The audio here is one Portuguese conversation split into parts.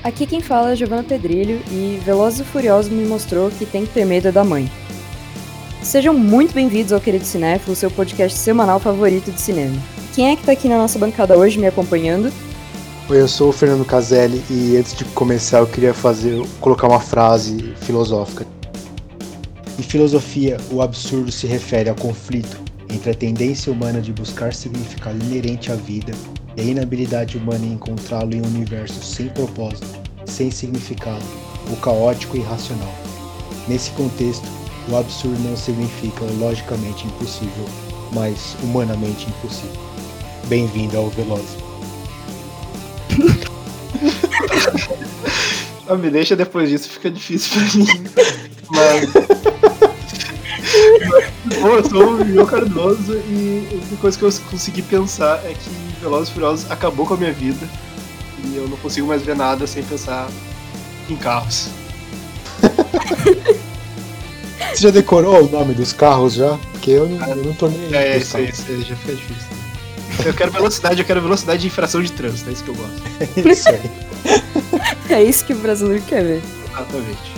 Aqui quem fala é Giovanna Pedrilho e Velozes e Furiosos me mostrou que tem que ter medo da mãe. Sejam muito bem-vindos ao Querido Cinéfilo, seu podcast semanal favorito de cinema. Quem é que tá aqui na nossa bancada hoje me acompanhando? Oi, eu sou o Fernando Caselli e antes de começar eu queria colocar uma frase filosófica. Em filosofia, o absurdo se refere ao conflito entre a tendência humana de buscar significado inerente à vida e a inabilidade humana em encontrá-lo em um universo sem propósito, sem significado, ou caótico e irracional. Nesse contexto, o absurdo não significa logicamente impossível, mas humanamente impossível. Bem-vindo ao Velozes. Me deixa depois disso, fica difícil pra mim. Mas... eu sou o Miguel Cardoso e a única coisa que eu consegui pensar é que Velozes e Furiosos acabou com a minha vida e eu não consigo mais ver nada sem pensar em carros. Você já decorou o nome dos carros já? Porque eu não tô nem... Isso aí já fica difícil. Eu quero velocidade e infração de trânsito, é isso que eu gosto. É isso aí. É isso que o brasileiro quer ver. Exatamente.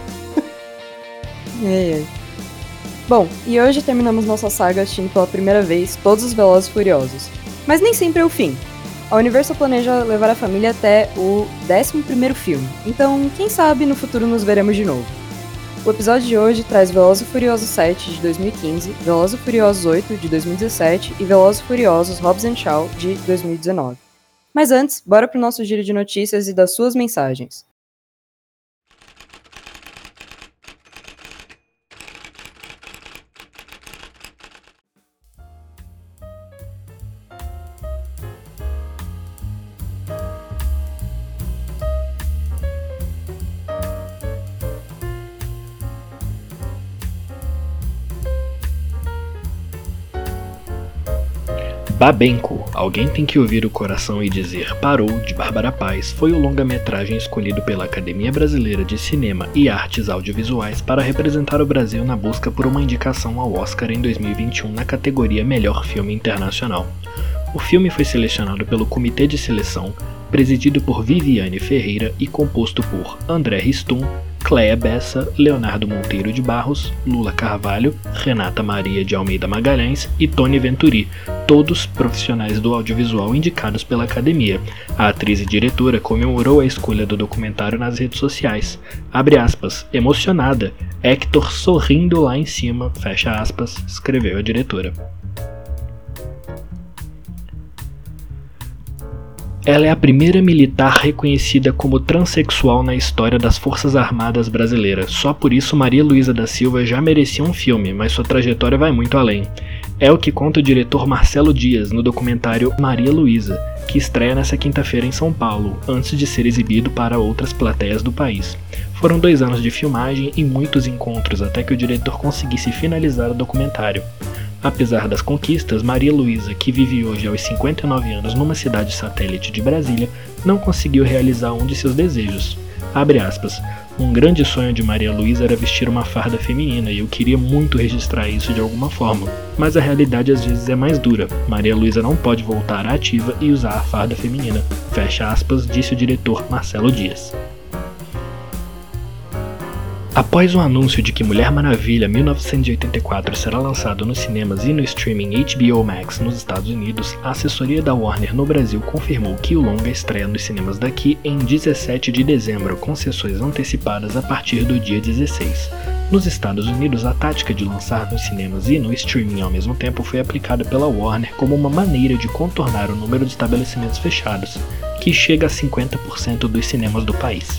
Bom, e hoje terminamos nossa saga assistindo pela primeira vez todos os Velozes e Furiosos. Mas nem sempre é o fim. A Universal planeja levar a família até o 11º filme, então quem sabe no futuro nos veremos de novo. O episódio de hoje traz Velozes e Furiosos 7 de 2015, Velozes e Furiosos 8 de 2017 e Velozes e Furiosos Hobbs & Shaw de 2019. Mas antes, bora pro nosso giro de notícias e das suas mensagens. Babenco, Alguém Tem Que Ouvir o Coração e Dizer Parou, de Bárbara Paz, foi o longa-metragem escolhido pela Academia Brasileira de Cinema e Artes Audiovisuais para representar o Brasil na busca por uma indicação ao Oscar em 2021 na categoria Melhor Filme Internacional. O filme foi selecionado pelo Comitê de Seleção, presidido por Viviane Ferreira e composto por André Ristum, Cléia Bessa, Leonardo Monteiro de Barros, Lula Carvalho, Renata Maria de Almeida Magalhães e Tony Venturi, todos profissionais do audiovisual indicados pela Academia. A atriz e diretora comemorou a escolha do documentário nas redes sociais. Abre aspas, emocionada, Hector sorrindo lá em cima, fecha aspas, escreveu a diretora. Ela é a primeira militar reconhecida como transexual na história das Forças Armadas brasileiras. Só por isso Maria Luísa da Silva já merecia um filme, mas sua trajetória vai muito além. É o que conta o diretor Marcelo Dias no documentário Maria Luísa, que estreia nesta quinta-feira em São Paulo, antes de ser exibido para outras plateias do país. Foram 2 anos de filmagem e muitos encontros até que o diretor conseguisse finalizar o documentário. Apesar das conquistas, Maria Luísa, que vive hoje aos 59 anos numa cidade satélite de Brasília, não conseguiu realizar um de seus desejos. Abre aspas, um grande sonho de Maria Luísa era vestir uma farda feminina e eu queria muito registrar isso de alguma forma, mas a realidade às vezes é mais dura. Maria Luísa não pode voltar à ativa e usar a farda feminina. Fecha aspas, disse o diretor Marcelo Dias. Após o anúncio de que Mulher Maravilha 1984 será lançado nos cinemas e no streaming HBO Max nos Estados Unidos, a assessoria da Warner no Brasil confirmou que o longa estreia nos cinemas daqui em 17 de dezembro, com sessões antecipadas a partir do dia 16. Nos Estados Unidos, a tática de lançar nos cinemas e no streaming ao mesmo tempo foi aplicada pela Warner como uma maneira de contornar o número de estabelecimentos fechados, que chega a 50% dos cinemas do país.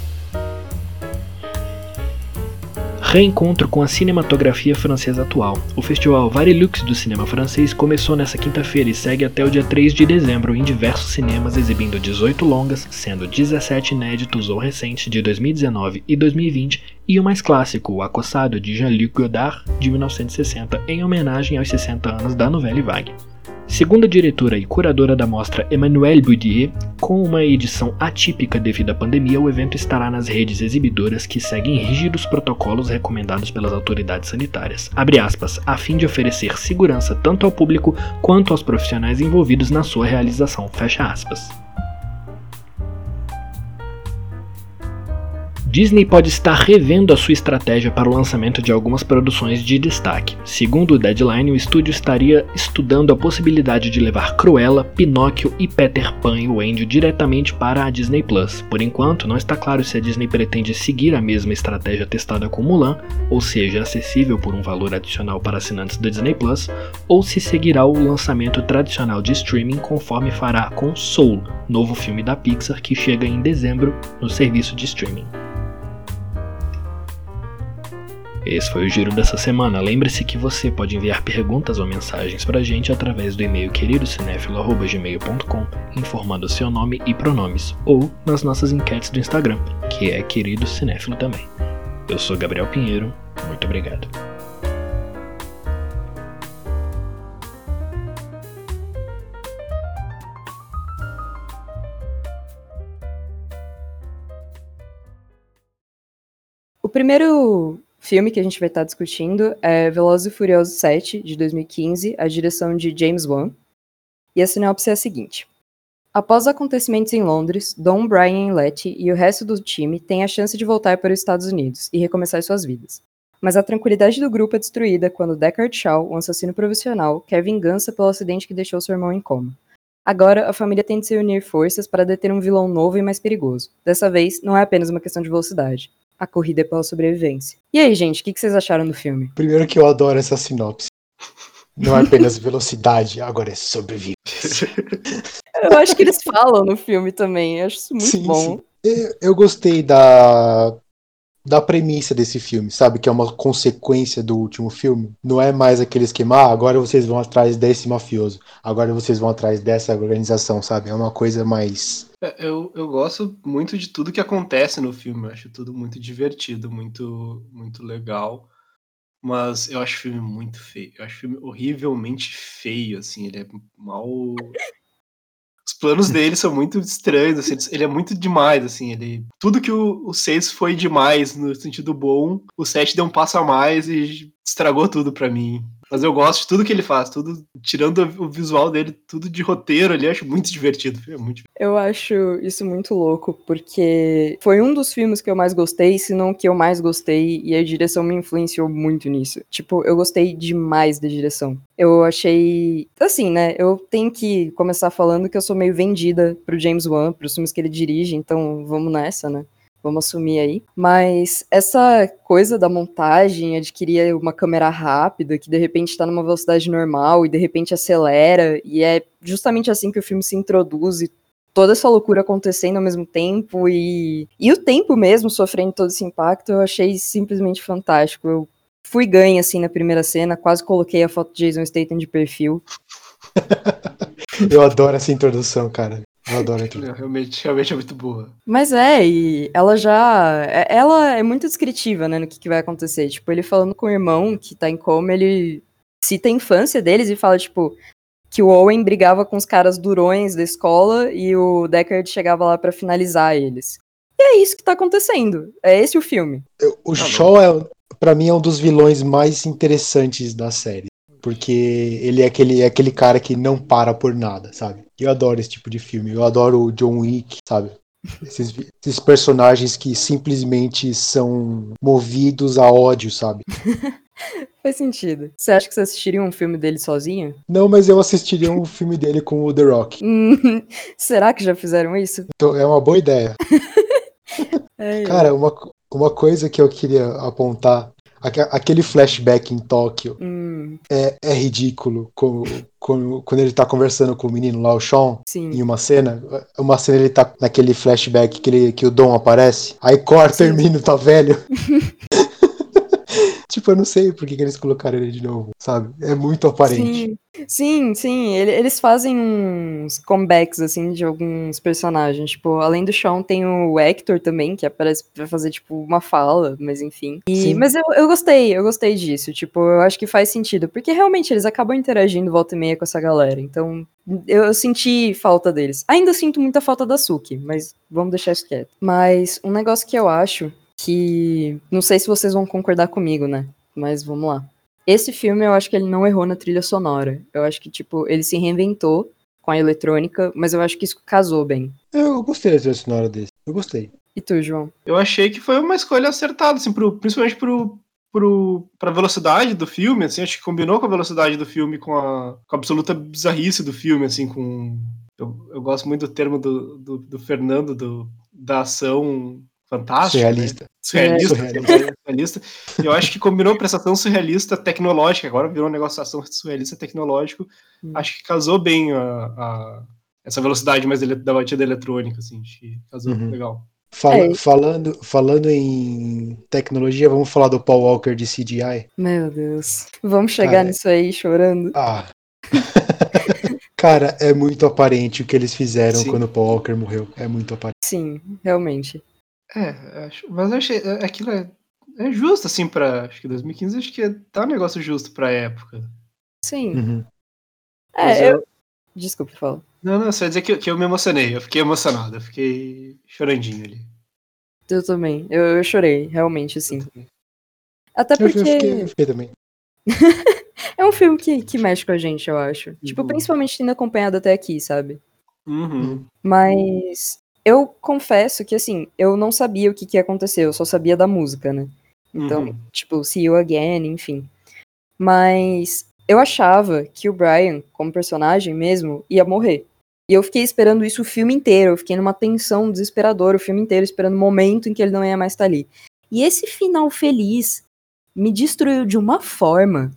Reencontro com a cinematografia francesa atual. O festival Varilux do cinema francês começou nesta quinta-feira e segue até o dia 3 de dezembro em diversos cinemas, exibindo 18 longas, sendo 17 inéditos ou recentes de 2019 e 2020 e o mais clássico, O Acossado, de Jean-Luc Godard, de 1960, em homenagem aos 60 anos da Nouvelle Vague. Segundo a diretora e curadora da mostra Emmanuelle Boudier, com uma edição atípica devido à pandemia, o evento estará nas redes exibidoras que seguem rígidos protocolos recomendados pelas autoridades sanitárias, abre aspas, a fim de oferecer segurança tanto ao público quanto aos profissionais envolvidos na sua realização, fecha aspas. Disney pode estar revendo a sua estratégia para o lançamento de algumas produções de destaque. Segundo o Deadline, o estúdio estaria estudando a possibilidade de levar Cruella, Pinóquio e Peter Pan e Wendy diretamente para a Disney Plus. Por enquanto, não está claro se a Disney pretende seguir a mesma estratégia testada com Mulan, ou seja, acessível por um valor adicional para assinantes do Disney Plus, ou se seguirá o lançamento tradicional de streaming conforme fará com Soul, novo filme da Pixar que chega em dezembro no serviço de streaming. Esse foi o Giro dessa semana. Lembre-se que você pode enviar perguntas ou mensagens pra gente através do e-mail queridocinéfilo@gmail.com, informando seu nome e pronomes, ou nas nossas enquetes do Instagram, que é Querido Cinéfilo também. Eu sou Gabriel Pinheiro, muito obrigado. O primeiro filme que a gente vai estar discutindo é Velozes e Furiosos 7, de 2015, a direção de James Wan. E a sinopse é a seguinte. Após os acontecimentos em Londres, Dom, Brian e Letty e o resto do time têm a chance de voltar para os Estados Unidos e recomeçar suas vidas. Mas a tranquilidade do grupo é destruída quando Deckard Shaw, um assassino profissional, quer vingança pelo acidente que deixou seu irmão em coma. Agora, a família tem de se unir forças para deter um vilão novo e mais perigoso. Dessa vez, não é apenas uma questão de velocidade. A corrida é pela sobrevivência. E aí, gente, o que vocês acharam do filme? Primeiro que eu adoro essa sinopse. Não é apenas velocidade, agora é sobrevivência. Eu acho que eles falam no filme também, eu acho isso muito bom. Sim. Eu gostei da premissa desse filme, sabe? Que é uma consequência do último filme. Não é mais aquele esquema, agora vocês vão atrás desse mafioso, agora vocês vão atrás dessa organização, sabe? É uma coisa mais... Eu gosto muito de tudo que acontece no filme, eu acho tudo muito divertido, muito, muito legal. Mas eu acho o filme muito feio. Eu acho o filme horrivelmente feio, assim. Ele é mal... Os planos dele são muito estranhos, assim. Ele é muito demais, assim. Tudo que o 6 foi demais, no sentido bom, o 7 deu um passo a mais e estragou tudo pra mim. Mas eu gosto de tudo que ele faz, tudo, tirando o visual dele, tudo de roteiro ali, eu acho muito divertido. É muito... Eu acho isso muito louco, porque foi um dos filmes que eu mais gostei, se não que eu mais gostei, e a direção me influenciou muito nisso. Tipo, eu gostei demais da direção. Eu achei... Assim, né, eu tenho que começar falando que eu sou meio vendida pro James Wan, pros filmes que ele dirige, então vamos nessa, né? Vamos assumir aí. Mas essa coisa da montagem, adquirir uma câmera rápida, que de repente tá numa velocidade normal e de repente acelera, e é justamente assim que o filme se introduz, e toda essa loucura acontecendo ao mesmo tempo, e o tempo mesmo sofrendo todo esse impacto, eu achei simplesmente fantástico. Eu fui ganha, assim, na primeira cena, quase coloquei a foto de Jason Statham de perfil. Eu adoro essa introdução, cara. Eu adoro a introdução. Realmente é muito boa. Mas e ela é muito descritiva, né, no que vai acontecer. Tipo, ele falando com o irmão que tá em coma, ele cita a infância deles e fala, tipo, que o Owen brigava com os caras durões da escola e o Deckard chegava lá pra finalizar eles. E é isso que tá acontecendo. É esse o filme. O Shaw, pra mim, é um dos vilões mais interessantes da série. Porque ele é aquele cara que não para por nada, sabe? Eu adoro esse tipo de filme. Eu adoro o John Wick, sabe? Esses personagens que simplesmente são movidos a ódio, sabe? Faz sentido. Você acha que você assistiria um filme dele sozinho? Não, mas eu assistiria um filme dele com o The Rock. Será que já fizeram isso? Então, é uma boa ideia. Cara, eu... uma coisa que eu queria apontar, aquele flashback em Tóquio é ridículo. Quando ele tá conversando com o menino lá, o Sean, Sim. em uma cena ele tá naquele flashback que o Dom aparece, aí corta e o menino tá velho. Tipo, eu não sei por que eles colocaram ele de novo, sabe? É muito aparente. Sim. Eles fazem uns comebacks, assim, de alguns personagens. Tipo, além do Sean, tem o Hector também, que aparece pra fazer, tipo, uma fala, mas enfim. Mas eu gostei disso. Tipo, eu acho que faz sentido. Porque realmente eles acabam interagindo volta e meia com essa galera. Então, eu senti falta deles. Ainda sinto muita falta da Suki, mas vamos deixar isso quieto. Mas um negócio que eu acho que... Não sei se vocês vão concordar comigo, né? Mas vamos lá. Esse filme, eu acho que ele não errou na trilha sonora. Eu acho que, tipo, ele se reinventou com a eletrônica, mas eu acho que isso casou bem. Eu gostei da trilha sonora desse. Eu gostei. E tu, João? Eu achei que foi uma escolha acertada, assim, principalmente pra velocidade do filme, assim, acho que combinou com a velocidade do filme, com a absoluta bizarrice do filme, assim, com... Eu gosto muito do termo do Fernando, da ação fantástica, Surrealista. né? Surrealista. Surrealista. Eu acho que combinou a prestação surrealista tecnológica, agora virou um negócio de ação surrealista tecnológico, acho que casou bem essa velocidade mais da batida eletrônica, assim, acho que casou legal. Falando em tecnologia, vamos falar do Paul Walker de CGI? Meu Deus. Vamos chegar nisso aí chorando. Cara, é muito aparente o que eles fizeram Sim. quando o Paul Walker morreu. É muito aparente. Sim, realmente. Mas eu achei aquilo é justo, assim, acho que 2015 acho que tá um negócio justo pra época. Sim. Desculpa, fala. Não, só ia dizer que eu me emocionei, eu fiquei emocionado, eu fiquei chorandinho ali. Eu também, eu chorei, realmente, assim. Até porque... Eu fiquei também. É um filme que mexe com a gente, eu acho. Tipo, principalmente tendo acompanhado até aqui, sabe? Mas eu confesso que, assim, eu não sabia o que ia acontecer, eu só sabia da música, né? Então, tipo, See You Again, enfim. Mas eu achava que o Brian, como personagem mesmo, ia morrer. E eu fiquei esperando isso o filme inteiro, eu fiquei numa tensão desesperadora o filme inteiro, esperando o momento em que ele não ia mais estar ali. E esse final feliz me destruiu de uma forma...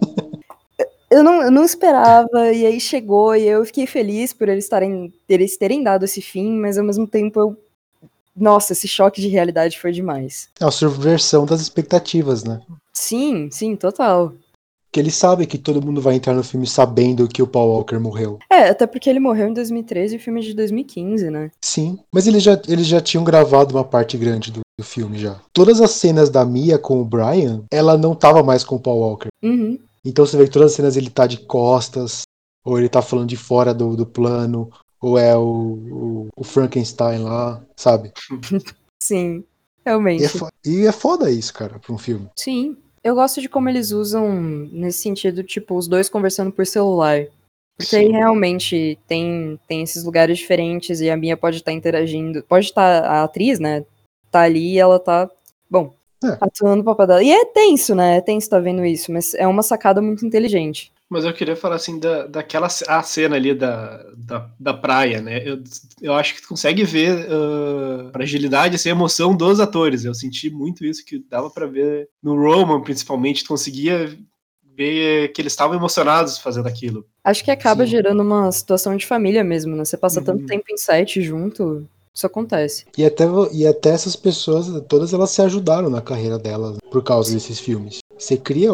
Eu não esperava, e aí chegou, e eu fiquei feliz por eles terem dado esse fim, mas ao mesmo tempo Nossa, esse choque de realidade foi demais. É a subversão das expectativas, né? Sim, total. Porque eles sabem que todo mundo vai entrar no filme sabendo que o Paul Walker morreu. Até porque ele morreu em 2013 e o filme é de 2015, né? Sim, mas eles já tinham gravado uma parte grande do filme já. Todas as cenas da Mia com o Brian, ela não tava mais com o Paul Walker. Então você vê que todas as cenas ele tá de costas, ou ele tá falando de fora do plano, ou é o Frankenstein lá, sabe? Sim, realmente. E é foda isso, cara, pra um filme. Sim, eu gosto de como eles usam nesse sentido, tipo, os dois conversando por celular. Porque aí realmente tem esses lugares diferentes e a Mia pode estar interagindo. Pode estar, a atriz, né? Tá ali e ela tá, atuando o papel dela. E é tenso, né? É tenso tá vendo isso, mas é uma sacada muito inteligente. Mas eu queria falar assim daquela a cena ali da praia, né? Eu acho que tu consegue ver a fragilidade, assim, a emoção dos atores. Eu senti muito isso, que dava pra ver no Roman, principalmente, tu conseguia ver que eles estavam emocionados fazendo aquilo. Acho que acaba gerando uma situação de família mesmo, né? Você passa tanto tempo em set junto, isso acontece. E até essas pessoas, todas elas se ajudaram na carreira delas por causa desses filmes. Você cria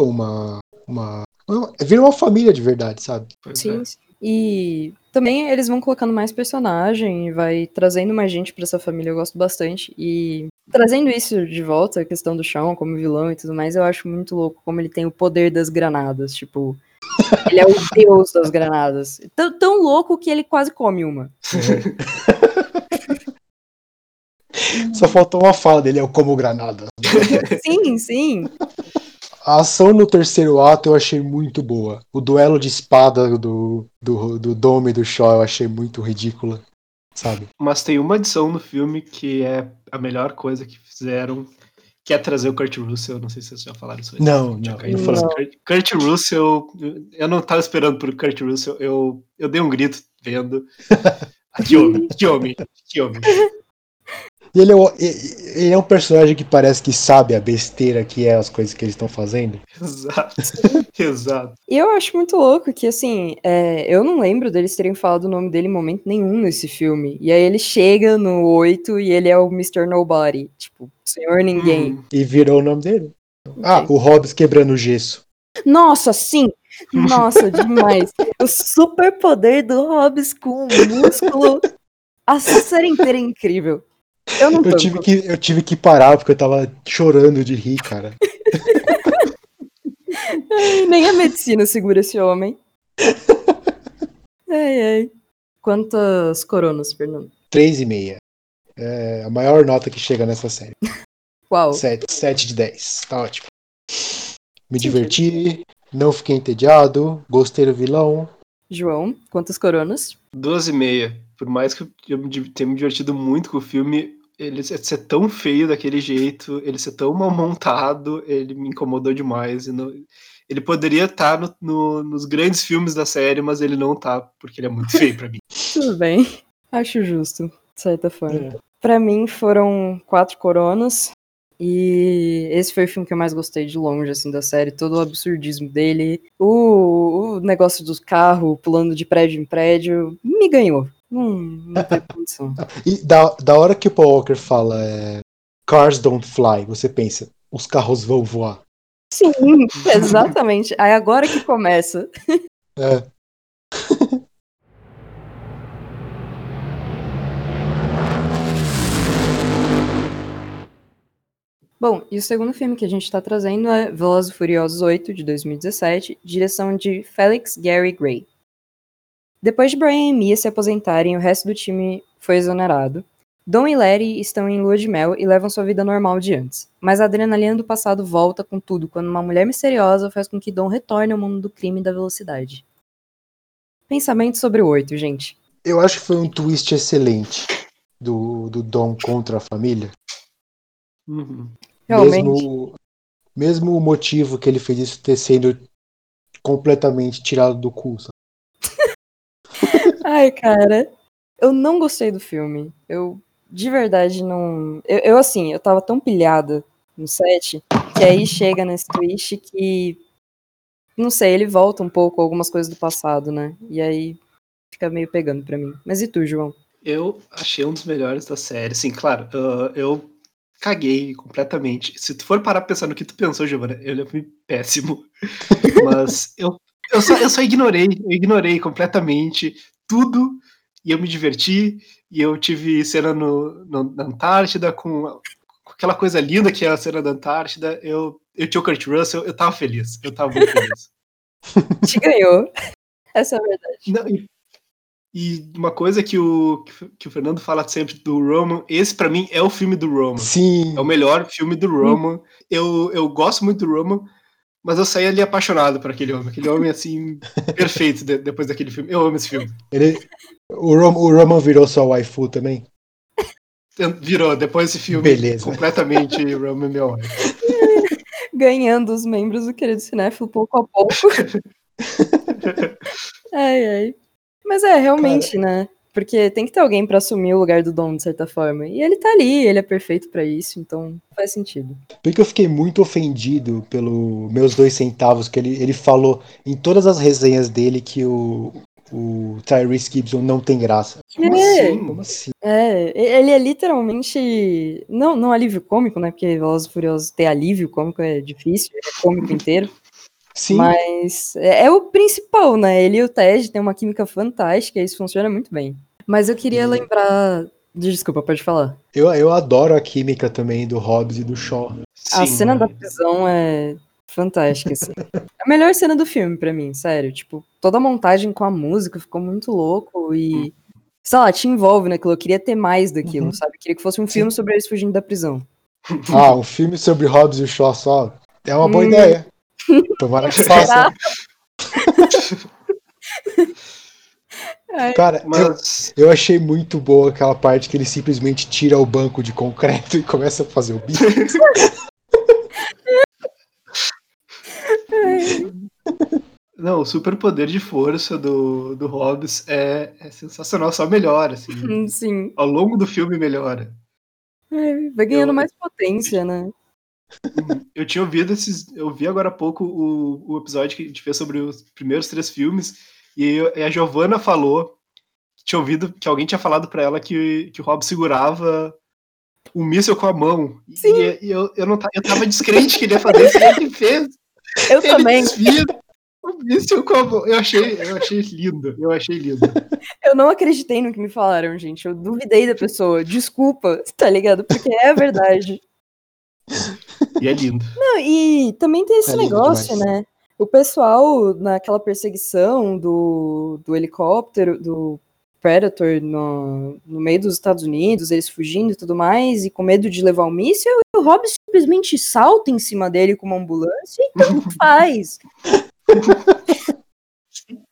vira uma família de verdade, sabe? Sim. E também eles vão colocando mais personagem, vai trazendo mais gente pra essa família, eu gosto bastante. E trazendo isso de volta, a questão do Shawn como vilão e tudo mais, eu acho muito louco como ele tem o poder das granadas, tipo... Ele é o deus das granadas. Tão louco que ele quase come uma. Só faltou uma fala dele, eu como granada. Sim. A ação no terceiro ato eu achei muito boa. O duelo de espada do Dom e do Shaw eu achei muito ridícula, sabe? Mas tem uma adição no filme que é a melhor coisa que fizeram, que é trazer o Kurt Russell. Não sei se vocês já falaram isso antes. Não. Kurt Russell, eu não tava esperando por Kurt Russell, eu dei um grito vendo. Que homem. E ele é um personagem que parece que sabe a besteira que é as coisas que eles estão fazendo. Exato. E eu acho muito louco que, assim, eu não lembro deles terem falado o nome dele em momento nenhum nesse filme. E aí ele chega no 8 e ele é o Mr. Nobody. Tipo, Senhor Ninguém. E virou o nome dele. O Hobbs quebrando o gesso. Nossa, sim! Nossa, demais. O superpoder do Hobbs com o músculo. A série inteira é incrível. Eu tive que parar porque eu tava chorando de rir, cara. Nem a medicina segura esse homem. Ai. Quantas coronas, Fernando? 3,5. É a maior nota que chega nessa série. Qual? 7 de 10. Tá ótimo. Me diverti, não fiquei entediado, gostei do vilão. João, quantas coronas? 12,5. Por mais que eu tenha me divertido muito com o filme, ele ser tão feio daquele jeito, ele ser tão mal montado, ele me incomodou demais. Ele poderia estar nos grandes filmes da série, mas ele não tá, porque ele é muito feio pra mim. Tudo bem. Acho justo, de certa forma. É. Pra mim foram 4 coronas. E esse foi o filme que eu mais gostei de longe, assim, da série. Todo o absurdismo dele. O negócio dos carros pulando de prédio em prédio. Me ganhou. Não teve condição. E da hora que o Paul Walker fala Cars don't fly, você pensa, os carros vão voar. Sim, exatamente. Aí agora que começa. É. Bom, e o segundo filme que a gente tá trazendo é Velozes e Furiosos 8, de 2017, direção de Felix Gary Gray. Depois de Brian e Mia se aposentarem e o resto do time foi exonerado, Dom e Letty estão em lua de mel e levam sua vida normal de antes. Mas a adrenalina do passado volta com tudo quando uma mulher misteriosa faz com que Dom retorne ao mundo do crime e da velocidade. Pensamento sobre o 8, gente. Eu acho que foi um twist excelente do Dom contra a família. Uhum. Realmente. Mesmo o motivo que ele fez isso ter sido completamente tirado do cu. Sabe? Ai, cara, eu não gostei do filme. Eu, de verdade, não... Eu tava tão pilhada no set, que aí chega nesse twist que... Não sei, ele volta um pouco algumas coisas do passado, né? E aí fica meio pegando pra mim. Mas e tu, João? Eu achei um dos melhores da série. Sim, claro, eu caguei completamente. Se tu for parar pra pensar no que tu pensou, Giovana, ele é péssimo. Mas eu só ignorei completamente tudo e eu me diverti. E eu tive cena na Antártida com aquela coisa linda que é a cena da Antártida. Eu tinha o Kurt Russell, eu tava feliz. Eu tava muito feliz. Te ganhou. Essa é a verdade. Não, e uma coisa que o Fernando fala sempre do Roman, esse pra mim é o filme do Roman. Sim. É o melhor filme do Roman. Eu gosto muito do Roman, mas eu saí ali apaixonado por aquele homem. Aquele homem, assim, perfeito depois daquele filme. Eu amo esse filme. O Roman virou sua waifu também? Virou, depois desse filme, Beleza. completamente Roman meu wife. Ganhando os membros do Querido Cinéfilo pouco a pouco. Ai. Mas realmente, né? Porque tem que ter alguém pra assumir o lugar do Dom, de certa forma. E ele tá ali, ele é perfeito pra isso, então faz sentido. Porque eu fiquei muito ofendido pelo meus 2 centavos, que ele falou em todas as resenhas dele que o Tyrese Gibson não tem graça. Como assim? Ele é literalmente... Não alívio cômico, né? Porque Velozes e Furiosos ter alívio cômico é difícil, é cômico inteiro. Sim. Mas é o principal, né? Ele e o Ted têm uma química fantástica e isso funciona muito bem. Mas eu queria lembrar... Desculpa, pode falar. Eu adoro a química também do Hobbs e do Shaw. A Sim, cena da prisão é fantástica, assim. A melhor cena do filme pra mim, sério. Tipo, toda a montagem com a música ficou muito louco e... Sei lá, te envolve naquilo. Eu queria ter mais daquilo, sabe? Eu queria que fosse um filme sobre eles fugindo da prisão. Um filme sobre Hobbs e o Shaw só é uma boa ideia. Tomara que faça. Cara, mas... eu achei muito boa aquela parte que ele simplesmente tira o banco de concreto e começa a fazer o bico. Não, o superpoder de força do Hobbs é sensacional, só melhora, assim. Sim. Ao longo do filme melhora. Vai ganhando mais potência, né? Eu tinha ouvido eu vi agora há pouco o episódio que a gente fez sobre os primeiros 3 filmes, e a Giovanna falou que tinha ouvido que alguém tinha falado pra ela que o Hobbs segurava um míssil com a mão. Sim. E eu tava descrente que ele ia fazer isso, e ele fez. Eu Ele também. desvia o míssil com a mão. Eu achei lindo. Eu não acreditei no que me falaram, gente. Eu duvidei da pessoa. Desculpa, tá ligado? Porque é a verdade. E é lindo. Não, e também tem esse negócio, demais. né? O pessoal, naquela perseguição do helicóptero, do Predator no meio dos Estados Unidos, eles fugindo e tudo mais, e com medo de levar o míssil, e o Hobbs simplesmente salta em cima dele com uma ambulância e tanto faz.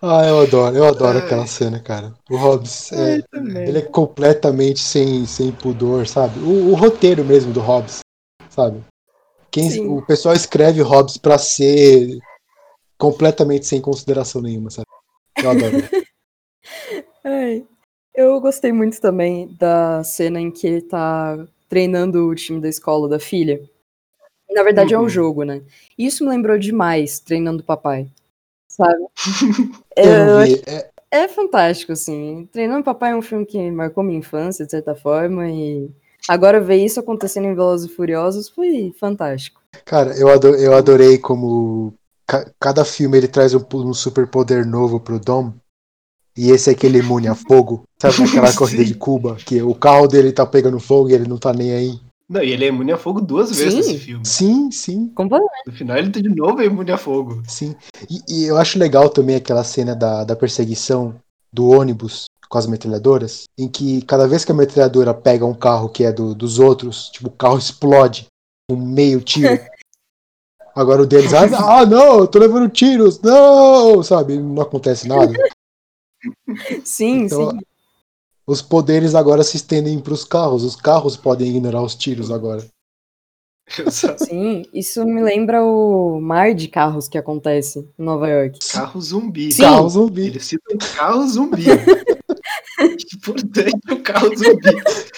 Ah, eu adoro aquela cena, cara. O Hobbs, ele é Também. completamente sem pudor, sabe? O roteiro mesmo do Hobbs, sabe? Sim. O pessoal escreve Hobbs pra ser completamente sem consideração nenhuma, sabe? Eu adoro ele. Ai, eu gostei muito também da cena em que ele tá treinando o time da escola da filha. Na verdade é um Uhum. jogo, né? E isso me lembrou demais treinando o papai, sabe? Eu não vi. É fantástico, assim. Treinando o Papai é um filme que marcou minha infância, de certa forma, e agora ver isso acontecendo em Velozes e Furiosos foi fantástico. Cara, eu adorei como cada filme ele traz um superpoder novo pro Dom. E esse é aquele imune a fogo. Sabe naquela corrida de Sim. Cuba? Que o carro dele tá pegando fogo e ele não tá nem aí. Não, e ele é imune a fogo 2 vezes nesse Sim, filme. Sim, sim, completamente. No final ele de novo é imune a fogo. sim. E eu acho legal também aquela cena da perseguição do ônibus com as metralhadoras. Em que cada vez que a metralhadora pega um carro que é dos outros, tipo, o carro explode com meio tiro. Agora o deles, não, eu tô levando tiros, não, sabe? Não acontece nada. Sim, Então, sim. os poderes agora se estendem para os carros podem ignorar os tiros agora. Exato. Sim, isso me lembra o mar de carros que acontece em Nova York. Carro zumbi. Carro Sim, zumbi. Eles citam carro zumbi. Importante o carro zumbi.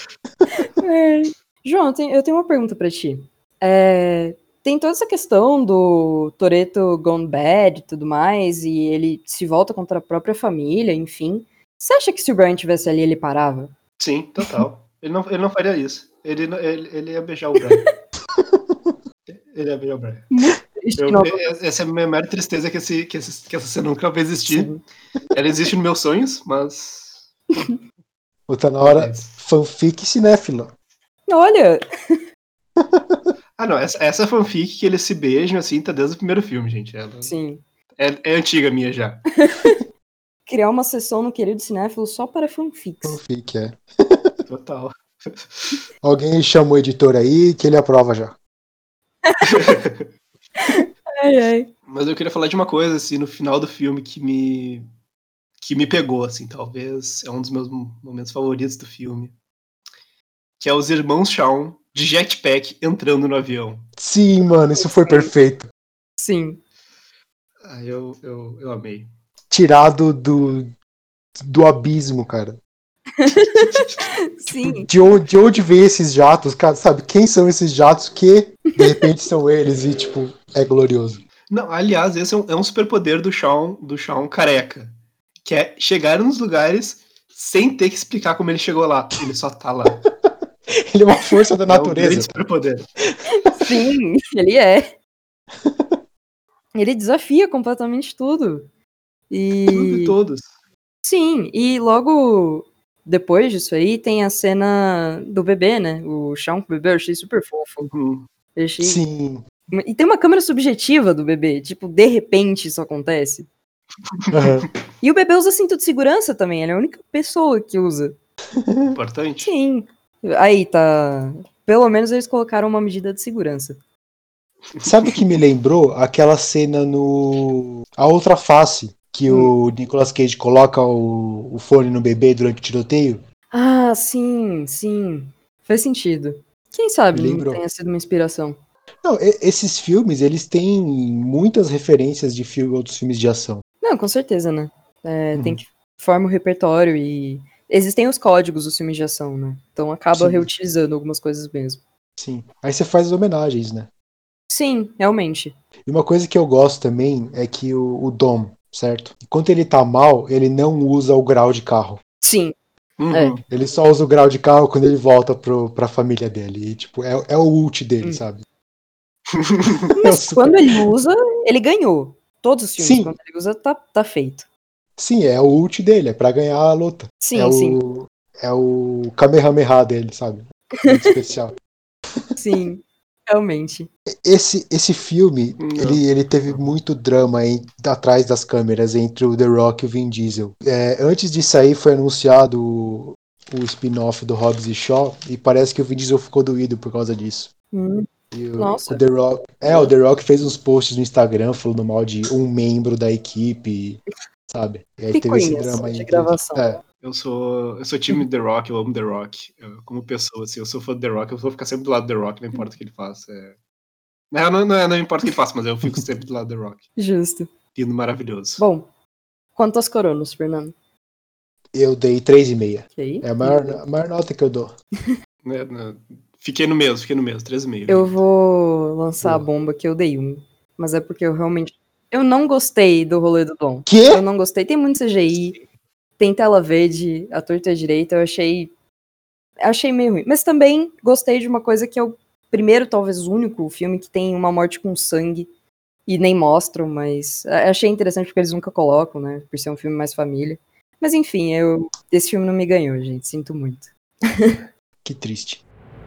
João, eu tenho uma pergunta pra ti. Tem toda essa questão do Toretto gone bad e tudo mais, e ele se volta contra a própria família, enfim. Você acha que se o Brian tivesse ali, ele parava? Sim, total. Ele não faria isso. Ele ia beijar o Brian. Ele ia beijar o Brian. Muito triste que não aconteceu. Essa é a minha maior tristeza que essa cena nunca vai existir. Sim. Ela existe nos meus sonhos, mas. Outra na hora, Talvez. fanfic cinéfila. Olha, Ah, não. Essa fanfic que eles se beijam assim tá desde o primeiro filme, gente. Ela sim. é antiga minha já. Criar uma sessão no Querido Cinéfilo só para fanfics. Fanfic, é. Total. Alguém chama o editor aí que ele aprova já. Ai, ai. Mas eu queria falar de uma coisa, assim, no final do filme que me pegou, assim, talvez é um dos meus momentos favoritos do filme. Que é os irmãos Shawn de jetpack entrando no avião. Sim, mano, isso foi perfeito. Sim. Ah, eu amei. Tirado do abismo, cara. Sim. De onde vem esses jatos, cara? Sabe, quem são esses jatos que, de repente, são eles e, tipo, é glorioso. Não, aliás, esse é um superpoder do Shawn careca. Que é chegar nos lugares sem ter que explicar como ele chegou lá. Ele só tá lá. Ele é uma força da É um grande natureza. superpoder. Sim, ele é. Ele desafia completamente tudo. Tudo e E todos. sim, e logo depois disso aí tem a cena do bebê, né? O Shawn com o bebê, eu achei super fofo. Uhum. Eu achei... Sim. E tem uma câmera subjetiva do bebê, tipo, de repente isso acontece. Uhum. E o bebê usa cinto de segurança também, ele é a única pessoa que usa. Importante. Sim. Aí tá. Pelo menos eles colocaram uma medida de segurança. Sabe o que me lembrou? Aquela cena no A Outra Face, que o Nicolas Cage coloca o fone no bebê durante o tiroteio. Ah, sim, sim. Faz sentido. Quem sabe Me não lembrou. tenha sido uma inspiração. Não, esses filmes, eles têm muitas referências de outros filmes de ação. Não, com certeza, né? Tem Uhum. que formar o repertório e. Existem os códigos dos filmes de ação, né? Então acaba Sim, reutilizando algumas coisas mesmo. sim. Aí você faz as homenagens, né? Sim, realmente. E uma coisa que eu gosto também é que o Dom, certo? Enquanto ele tá mal, ele não usa o grau de carro. Sim. Uhum. Ele só usa o grau de carro quando ele volta pra família dele. E, tipo, é o ult dele, Hum. sabe? Mas quando ele usa, ele ganhou. Todos os filmes, Sim. quando ele usa, tá feito. Sim, é o ult dele, é pra ganhar a luta. Sim, sim. É o Kamehameha dele, sabe? Muito especial. Sim, realmente. Esse filme, Não. ele teve muito drama atrás das câmeras entre o The Rock e o Vin Diesel. Antes de sair foi anunciado o spin-off do Hobbs e Shaw e parece que o Vin Diesel ficou doído por causa disso. E Nossa. o The Rock, o The Rock fez uns posts no Instagram falando mal de um membro da equipe, sabe? E aí teve esse Picuinhas drama aí de entre gravação. Eu sou time The Rock, eu amo The Rock. Como pessoa, assim, eu sou fã do The Rock, eu vou ficar sempre do lado do The Rock, não importa o que ele faça. Não importa o que ele faça, mas eu fico sempre do lado do The Rock. Justo. Lindo, maravilhoso. Bom, quantas coronas, Fernando? Eu dei 3,5. Ok. É a maior nota que eu dou. Fiquei no mesmo, 3,5. Eu vou lançar a Boa. bomba que eu dei 1. Mas é porque eu realmente... Eu não gostei do rolê do Dom. Quê? Eu não gostei. Tem muito CGI, tem tela verde, a torta é direita, eu achei meio ruim. Mas também gostei de uma coisa que é o primeiro, talvez o único filme que tem uma morte com sangue e nem mostram, mas achei interessante porque eles nunca colocam, né? Por ser um filme mais família. Mas enfim, esse filme não me ganhou, gente. Sinto muito. Que triste.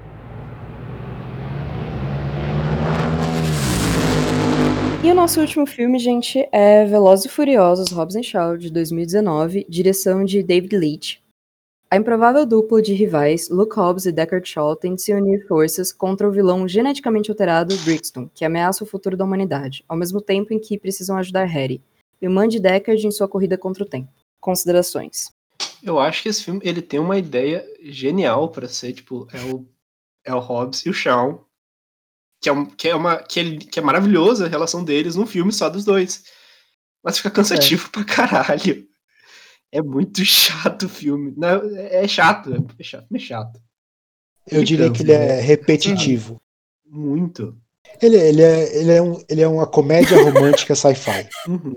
E o nosso último filme, gente, é Velozes e Furiosos, Hobbs and Shaw, de 2019, direção de David Leitch. A improvável dupla de rivais, Luke Hobbs e Deckard Shaw, tem de se unir forças contra o vilão geneticamente alterado Brixton, que ameaça o futuro da humanidade, ao mesmo tempo em que precisam ajudar Harry, irmã de Deckard, em sua corrida contra o tempo. Considerações. Eu acho que esse filme ele tem uma ideia genial pra ser, tipo, é o Hobbs e o Shaw, que é maravilhosa a relação deles num filme só dos dois. Mas fica cansativo pra caralho. É muito chato o filme. Não, é chato. É chato. Eu diria que ele é repetitivo. Muito. Ele é uma comédia romântica sci-fi.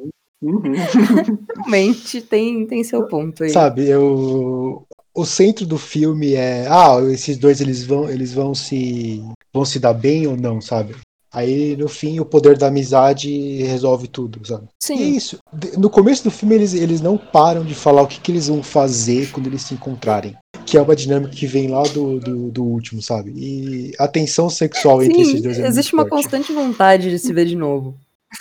Realmente tem seu ponto aí. Sabe, o centro do filme é, esses dois eles vão se dar bem ou não, sabe? Aí no fim o poder da amizade resolve tudo, sabe? Sim. E é isso. No começo do filme eles não param de falar o que eles vão fazer quando eles se encontrarem. Que é uma dinâmica que vem lá do último, sabe? E a tensão sexual entre esses dois é existe muito uma forte. constante vontade de se ver de novo.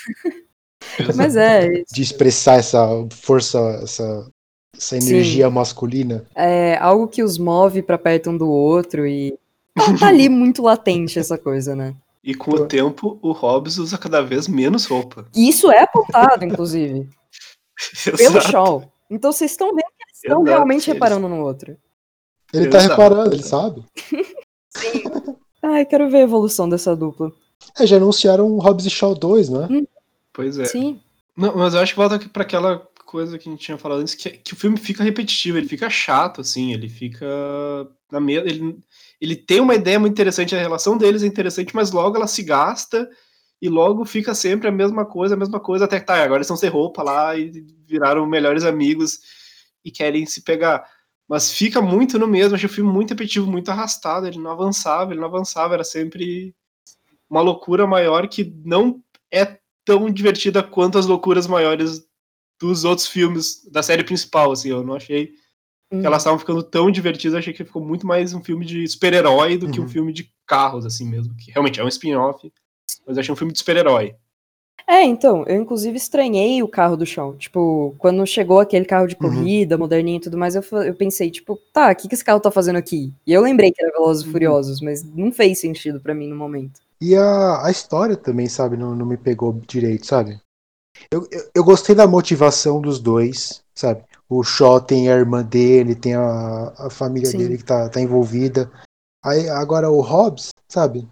Mas é isso. De expressar essa força, essa energia masculina. É algo que os move pra perto um do outro e tá ali muito latente essa coisa, né? E com o tempo, o Hobbs usa cada vez menos roupa. E isso é apontado, inclusive, pelo Shaw. Então vocês estão vendo que eles estão realmente reparando no outro. Ele tá reparando, ele sabe. Sim. Ai, quero ver a evolução dessa dupla. Já anunciaram Hobbs e Shaw 2, né? Pois é. Sim. Não, mas eu acho que volta pra aquela coisa que a gente tinha falado antes, que o filme fica repetitivo, ele fica chato, assim, ele fica na mesa. Ele tem uma ideia muito interessante, a relação deles é interessante, mas logo ela se gasta e logo fica sempre a mesma coisa, até que tá, agora eles estão sem roupa lá e viraram melhores amigos e querem se pegar. Mas fica muito no mesmo, achei o filme muito repetitivo, muito arrastado, ele não avançava, era sempre uma loucura maior que não é tão divertida quanto as loucuras maiores dos outros filmes da série principal, assim, eu não achei que elas estavam ficando tão divertidas, eu achei que ficou muito mais um filme de super-herói do que um filme de carros, assim mesmo, que realmente é um spin-off, mas eu achei um filme de super-herói. Então, eu inclusive estranhei o carro do Shaw, tipo, quando chegou aquele carro de corrida, moderninho e tudo mais, eu pensei, tipo, tá, o que esse carro tá fazendo aqui? E eu lembrei que era Velozes e Furiosos, mas não fez sentido pra mim no momento. E a história também, sabe, não me pegou direito, sabe? Eu gostei da motivação dos dois, sabe? O Shaw tem a irmã dele, tem a família dele que tá envolvida. Aí, agora o Hobbs, sabe?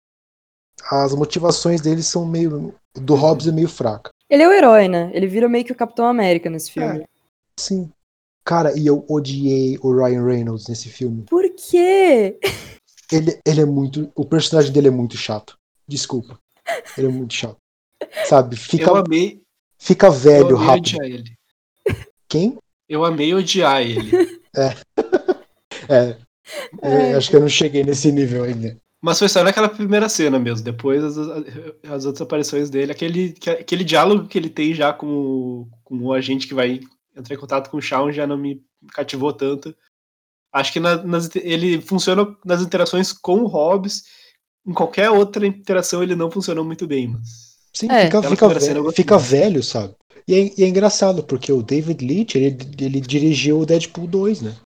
As motivações dele são meio... Do Hobbs é meio fraca. Ele é o herói, né? Ele vira meio que o Capitão América nesse filme. Sim. Cara, e eu odiei o Ryan Reynolds nesse filme. Por quê? Ele é muito... O personagem dele é muito chato. Desculpa. Ele é muito chato. Sabe? Fica velho rápido. Odiar ele. Quem? Eu amei odiar ele. Acho que eu não cheguei nesse nível ainda. Mas foi só naquela primeira cena mesmo. Depois as outras aparições dele, aquele diálogo que ele tem já com o agente que vai entrar em contato com o Shawn já não me cativou tanto. Acho que ele funciona nas interações com o Hobbs. Em qualquer outra interação ele não funcionou muito bem, mas... Sim, fica velho, sabe? E é engraçado, porque o David Leitch, ele dirigiu o Deadpool 2, né?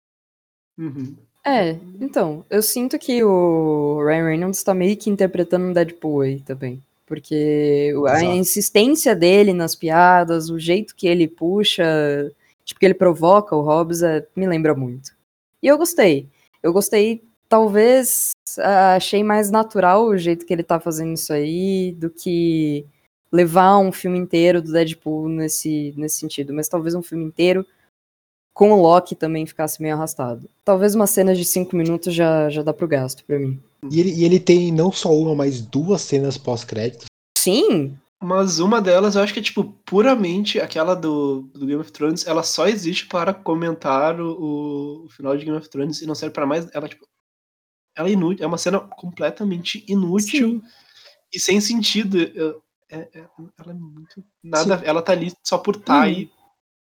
Então, eu sinto que o Ryan Reynolds tá meio que interpretando um Deadpool aí também. Porque a Exato. insistência dele nas piadas, o jeito que ele puxa, tipo, que ele provoca o Hobbs, me lembra muito. E eu gostei. Eu gostei, talvez, achei mais natural o jeito que ele tá fazendo isso aí, do que levar um filme inteiro do Deadpool nesse sentido. Mas talvez um filme inteiro com o Loki também ficasse meio arrastado. Talvez uma cena de 5 minutos já dá pro gasto pra mim. E ele tem não só uma, mas 2 cenas pós-créditos. Sim, Mas uma delas eu acho que é, tipo, puramente aquela do Game of Thrones, ela só existe para comentar o final de Game of Thrones e não serve pra mais. Ela, tipo, ela é inútil, é uma cena completamente inútil sim. e sem sentido. Ela é muito. Nada. Sim. Ela tá ali só por tá Uhum. e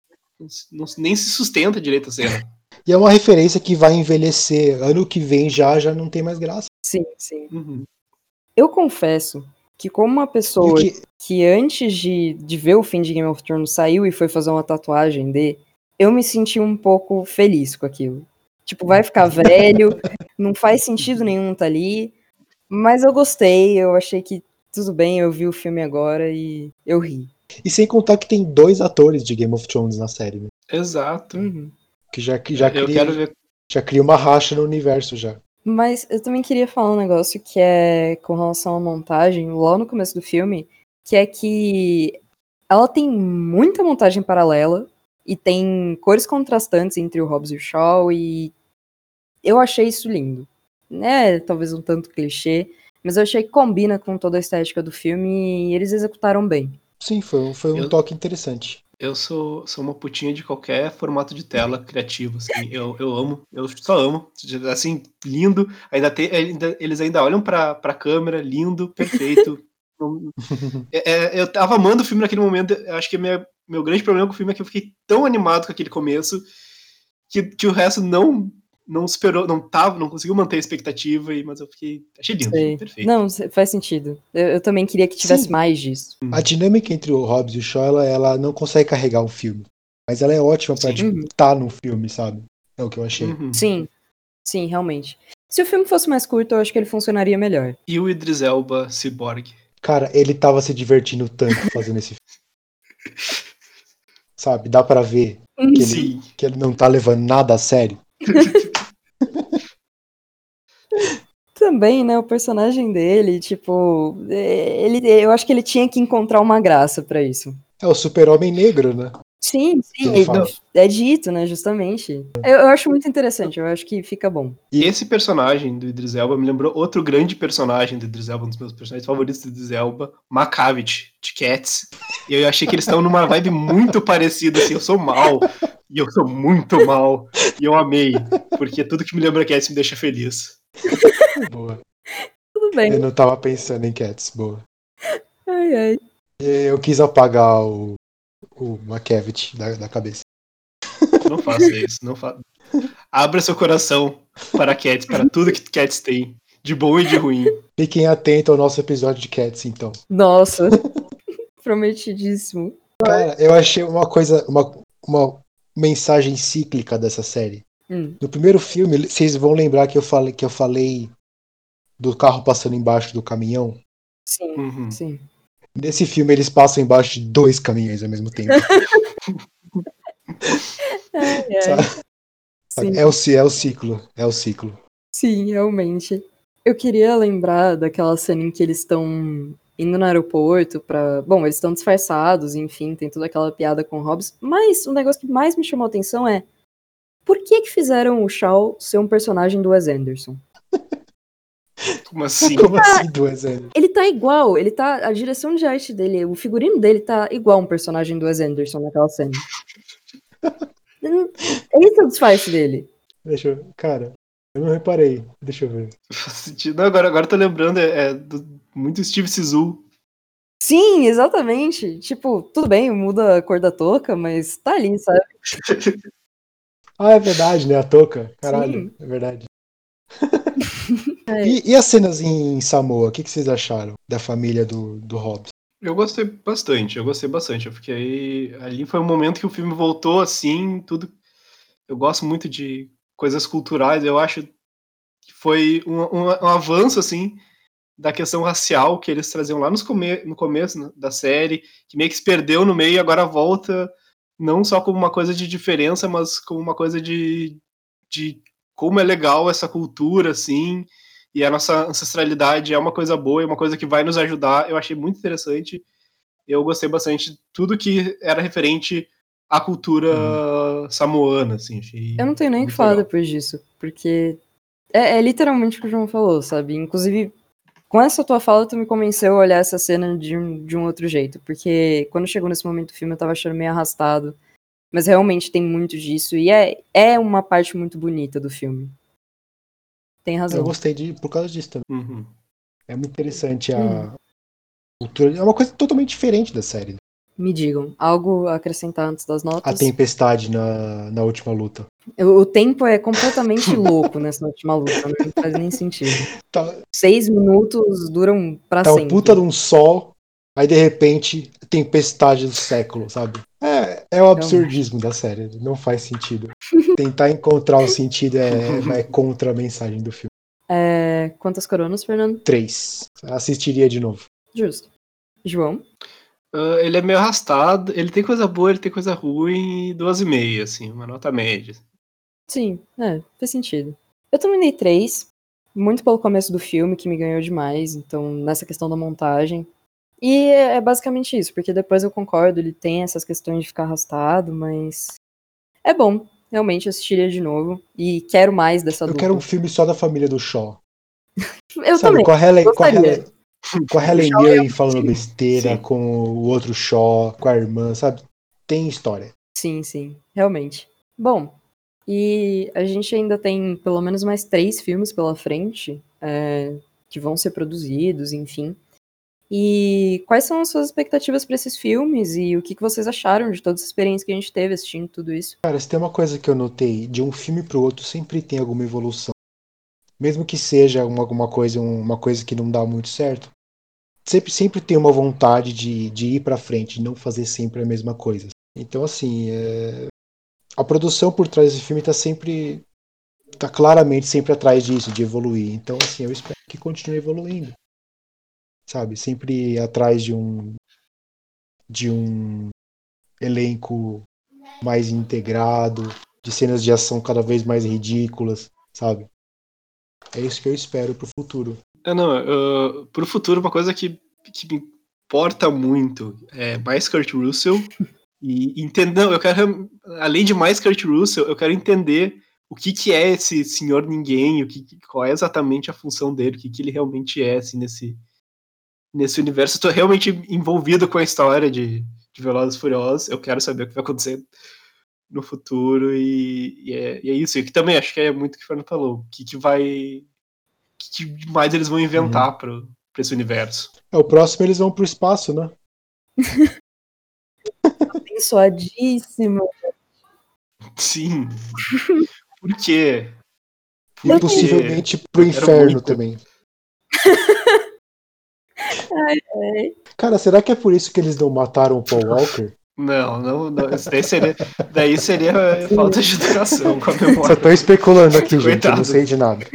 nem se sustenta direito a cena. E é uma referência que vai envelhecer. Ano que vem já não tem mais graça. Sim, sim. Uhum. Eu confesso que como uma E o pessoa que, que antes de ver o fim de Game of Thrones saiu e foi fazer uma tatuagem eu me senti um pouco feliz com aquilo. Tipo, vai ficar velho, não faz sentido nenhum tá ali, mas eu gostei, eu achei que tudo bem, eu vi o filme agora e eu ri. e sem contar que tem 2 atores de Game of Thrones na série, né? Exato. Uhum. Que já Eu quero ver. cria uma racha no universo já. Mas eu também queria falar um negócio que é com relação à montagem, logo no começo do filme, que é que ela tem muita montagem paralela e tem cores contrastantes entre o Hobbs e o Shaw, e eu achei isso lindo. Né, talvez um tanto clichê, mas eu achei que combina com toda a estética do filme e eles executaram bem. Sim, foi um Eu, toque interessante. eu sou uma putinha de qualquer formato de tela criativo, assim. Eu amo, eu só amo. Assim, lindo. Eles ainda olham pra câmera, lindo, perfeito. Eu tava amando o filme naquele momento. Eu acho que meu grande problema com o filme é que eu fiquei tão animado com aquele começo que o resto não superou, não conseguiu manter a expectativa, mas eu achei lindo, Sei. perfeito. Não, faz sentido. Eu também queria que tivesse Sim. mais disso. A dinâmica entre o Hobbs e o Shaw, ela não consegue carregar um filme. Mas ela é ótima pra, Sim. tipo, tá num filme, sabe? É o que eu achei. Uhum. Sim, sim, realmente. Se o filme fosse mais curto, eu acho que ele funcionaria melhor. E o Idris Elba Cyborg. Cara, ele tava se divertindo tanto fazendo esse filme. Sabe? Dá pra ver Sim. que ele não tá levando nada a sério. Também, né, o personagem dele, tipo, eu acho que ele tinha que encontrar uma graça pra isso. É o super-homem negro, né? Sim, Que ele fala. é dito, né, justamente. Eu acho muito interessante, eu acho que fica bom. Esse personagem do Idris Elba me lembrou outro grande personagem do Idris Elba, um dos meus personagens favoritos do Idris Elba, Macavity, de Cats. E eu achei que eles estão numa vibe muito parecida, assim, eu sou mal, e eu sou muito mal, e eu amei, porque tudo que me lembra Cats me deixa feliz. Boa. Tudo bem. Eu não tava pensando em Cats, boa. Ai, ai. Eu quis apagar o McCavity da cabeça. Não faça isso, não faça. Abra seu coração para Cats, para tudo que Cats tem, de bom e de ruim. Fiquem atentos ao nosso episódio de Cats, então. Nossa, prometidíssimo. Cara, eu achei uma coisa, uma mensagem cíclica dessa série. No primeiro filme, vocês vão lembrar que eu falei do carro passando embaixo do caminhão. Sim, Uhum. sim. Nesse filme, eles passam embaixo de 2 caminhões ao mesmo tempo. Ai, ai. Sabe? Sim. É o ciclo. É o ciclo. Sim, realmente. Eu queria lembrar daquela cena em que eles estão indo no aeroporto pra. Bom, eles estão disfarçados, enfim, tem toda aquela piada com o Hobbs. Mas o negócio que mais me chamou a atenção é por que fizeram o Shaw ser um personagem do Wes Anderson? Como assim? Como assim, 2 anos? Ele tá igual, ele tá. A direção de arte dele, o figurino dele tá igual um personagem do Wes Anderson naquela cena. Esse é o disfarce dele. Cara, eu não reparei. Deixa eu ver. Faz sentido. Não, agora eu tô lembrando, muito Steve Zissou. Sim, exatamente. Tipo, tudo bem, muda a cor da touca, mas tá ali, sabe? Ah, é verdade, né? A touca. Caralho, Sim. é verdade. É. E as cenas em Samoa? O que vocês acharam da família do Hobbs? Eu gostei bastante. Eu fiquei. Ali foi um momento que o filme voltou assim, tudo. Eu gosto muito de coisas culturais, eu acho que foi um avanço, assim, da questão racial que eles traziam lá no começo, né, da série, que meio que se perdeu no meio e agora volta não só como uma coisa de diferença, mas como uma coisa de como é legal essa cultura, assim, e a nossa ancestralidade é uma coisa boa, é uma coisa que vai nos ajudar. Eu achei muito interessante. Eu gostei bastante de tudo que era referente à cultura samoana, assim. Achei Eu não tenho nem o que muito falar legal. depois disso, porque é literalmente o que o João falou, sabe? Inclusive, com essa tua fala, tu me convenceu a olhar essa cena de um outro jeito, porque quando chegou nesse momento do filme eu tava achando meio arrastado, mas realmente tem muito disso, e é uma parte muito bonita do filme. Tem Eu razão. gostei por causa disso também. Uhum. É muito interessante Uhum. a cultura. É uma coisa totalmente diferente da série, né? Me digam, algo a acrescentar antes das A notas? tempestade na última luta. O tempo é completamente louco nessa última luta, né? Não faz nem sentido. Tá, 6 minutos duram pra tá um puta de sempre. um sol, aí de repente, tempestade do século, sabe? É o Realmente. absurdismo da série. Não faz sentido. Tentar encontrar um sentido vai contra a mensagem do filme. Quantas coronas, Fernando? 3. Assistiria de novo. Justo. João? Ele é meio arrastado, ele tem coisa boa, ele tem coisa ruim, e 2,5, assim, uma nota média. Sim, faz sentido. Eu também dei 3, muito pelo começo do filme, que me ganhou demais, então, nessa questão da montagem. E é basicamente isso, porque depois eu concordo, ele tem essas questões de ficar arrastado, mas é bom, realmente, eu assistiria de novo, e quero mais dessa Eu quero um dupla. filme só da família do Shaw. Eu Sabe, também, com gostaria. a O Helen Shaw Mirren falando Sim, besteira, sim. com o outro Shaw, com a irmã, sabe? Tem história. sim, realmente. Bom, e a gente ainda tem pelo menos mais 3 filmes pela frente, que vão ser produzidos, enfim. E quais são as suas expectativas para esses filmes e o que vocês acharam de toda essa experiência que a gente teve assistindo tudo isso? Cara, se tem uma coisa que eu notei, de um filme pro outro sempre tem alguma evolução. Mesmo que seja alguma coisa, uma coisa que não dá muito certo, sempre tem uma vontade de ir pra frente, de não fazer sempre a mesma coisa. Então, assim, a produção por trás desse filme tá claramente sempre atrás disso, de evoluir. Então, assim, eu espero que continue evoluindo, sabe? Sempre atrás de um elenco mais integrado, de cenas de ação cada vez mais ridículas, sabe? É isso que eu espero pro futuro. Não, pro futuro, uma coisa que me importa muito é mais Kurt Russell e entender. Não, eu quero, além de mais Kurt Russell, eu quero entender o que é esse senhor ninguém, qual é exatamente a função dele, o que ele realmente é, assim, nesse universo. Estou realmente envolvido com a história de Velozes e Furiosos. Eu quero saber o que vai acontecer no futuro e é isso. E que também acho que é muito o que o Fernando falou. Que mais eles vão Uhum. inventar para esse universo. O próximo eles vão pro espaço, né? Abençoadíssimo. Sim. Por quê? E Eu Por tenho. quê? possivelmente pro Eu quero inferno muito. também. Ai. Cara, será que é por isso que eles não mataram o Paul Walker? Não. Isso daí seria falta de educação com a Só tô memória. especulando aqui, gente. Eu não Coitado. sei de nada.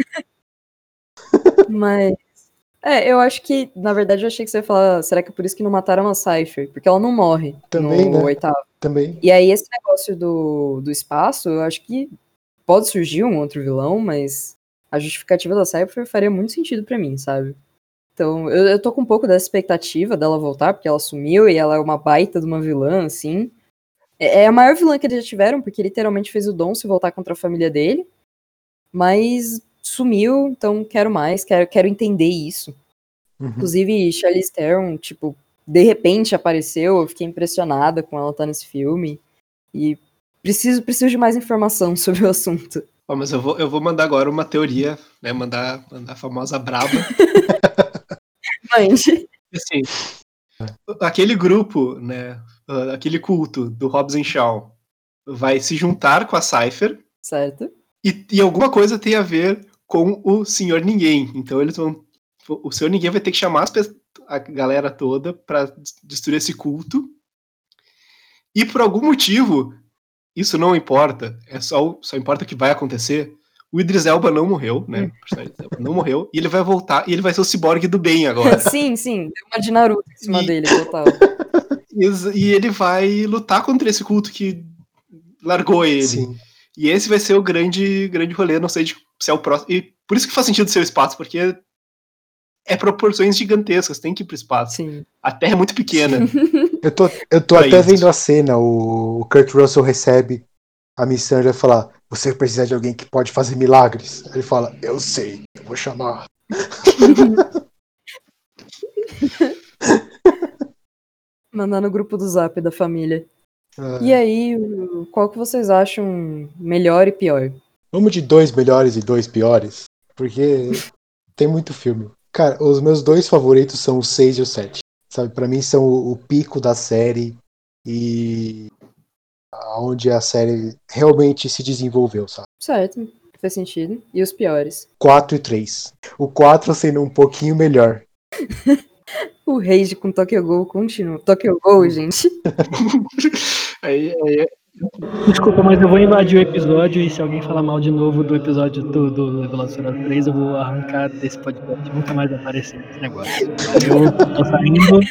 Mas. Eu acho que, na verdade, eu achei que você ia falar, será que é por isso que não mataram a Cypher? Porque ela não morre Também, no né? oitavo. Também. E aí, esse negócio do espaço, eu acho que pode surgir um outro vilão, mas a justificativa da Cypher faria muito sentido pra mim, sabe? Então, eu tô com um pouco dessa expectativa dela voltar, porque ela sumiu e ela é uma baita de uma vilã, assim. É a maior vilã que eles já tiveram, porque literalmente fez o Dom se voltar contra a família dele. Mas sumiu, então quero mais, quero entender isso. Uhum. Inclusive, Charlize Theron, tipo, de repente apareceu, eu fiquei impressionada com ela estar nesse filme. E preciso de mais informação sobre o assunto. Ó, mas eu vou mandar agora uma teoria, né? Mandar a famosa braba. Mande. Assim, aquele grupo, né? Aquele culto do Hobbs Shaw vai se juntar com a Cypher Certo? e alguma coisa tem a ver com o Senhor Ninguém. Então eles vão. O Senhor Ninguém vai ter que chamar a galera toda para destruir esse culto. E por algum motivo, isso não importa. Só importa o que vai acontecer. O Idris Elba não morreu, né? O personagem Idris Elba não morreu. E ele vai voltar e ele vai ser o ciborgue do bem agora. Sim, deu uma de Naruto em cima dele, total. E ele vai lutar contra esse culto que largou ele. Sim. E esse vai ser o grande rolê, não sei se é o próximo. E por isso que faz sentido ser o espaço, porque é proporções gigantescas, tem que ir pro espaço. Sim. A Terra é muito pequena. Eu tô até isso. vendo a cena, o Kurt Russell recebe a missão e vai falar: você precisa de alguém que pode fazer milagres. Ele fala: eu sei, eu vou chamar. Mandar no grupo do Zap da família. E aí, qual que vocês acham melhor e pior? Vamos de 2 melhores e 2 piores? Porque tem muito filme. Cara, os meus 2 favoritos são o 6 e o 7. Sabe, pra mim são o pico da série e onde a série realmente se desenvolveu, sabe? Certo, faz sentido. E os piores? 4 e 3. O 4 sendo um pouquinho melhor. O Rage com Tokyo Ghoul continua. Tokyo Ghoul, gente. Aí Desculpa, mas eu vou invadir o episódio e se alguém falar mal de novo do episódio do Velociraptor 3, eu vou arrancar desse podcast. Nunca mais vai aparecer nesse negócio. Eu tô saindo.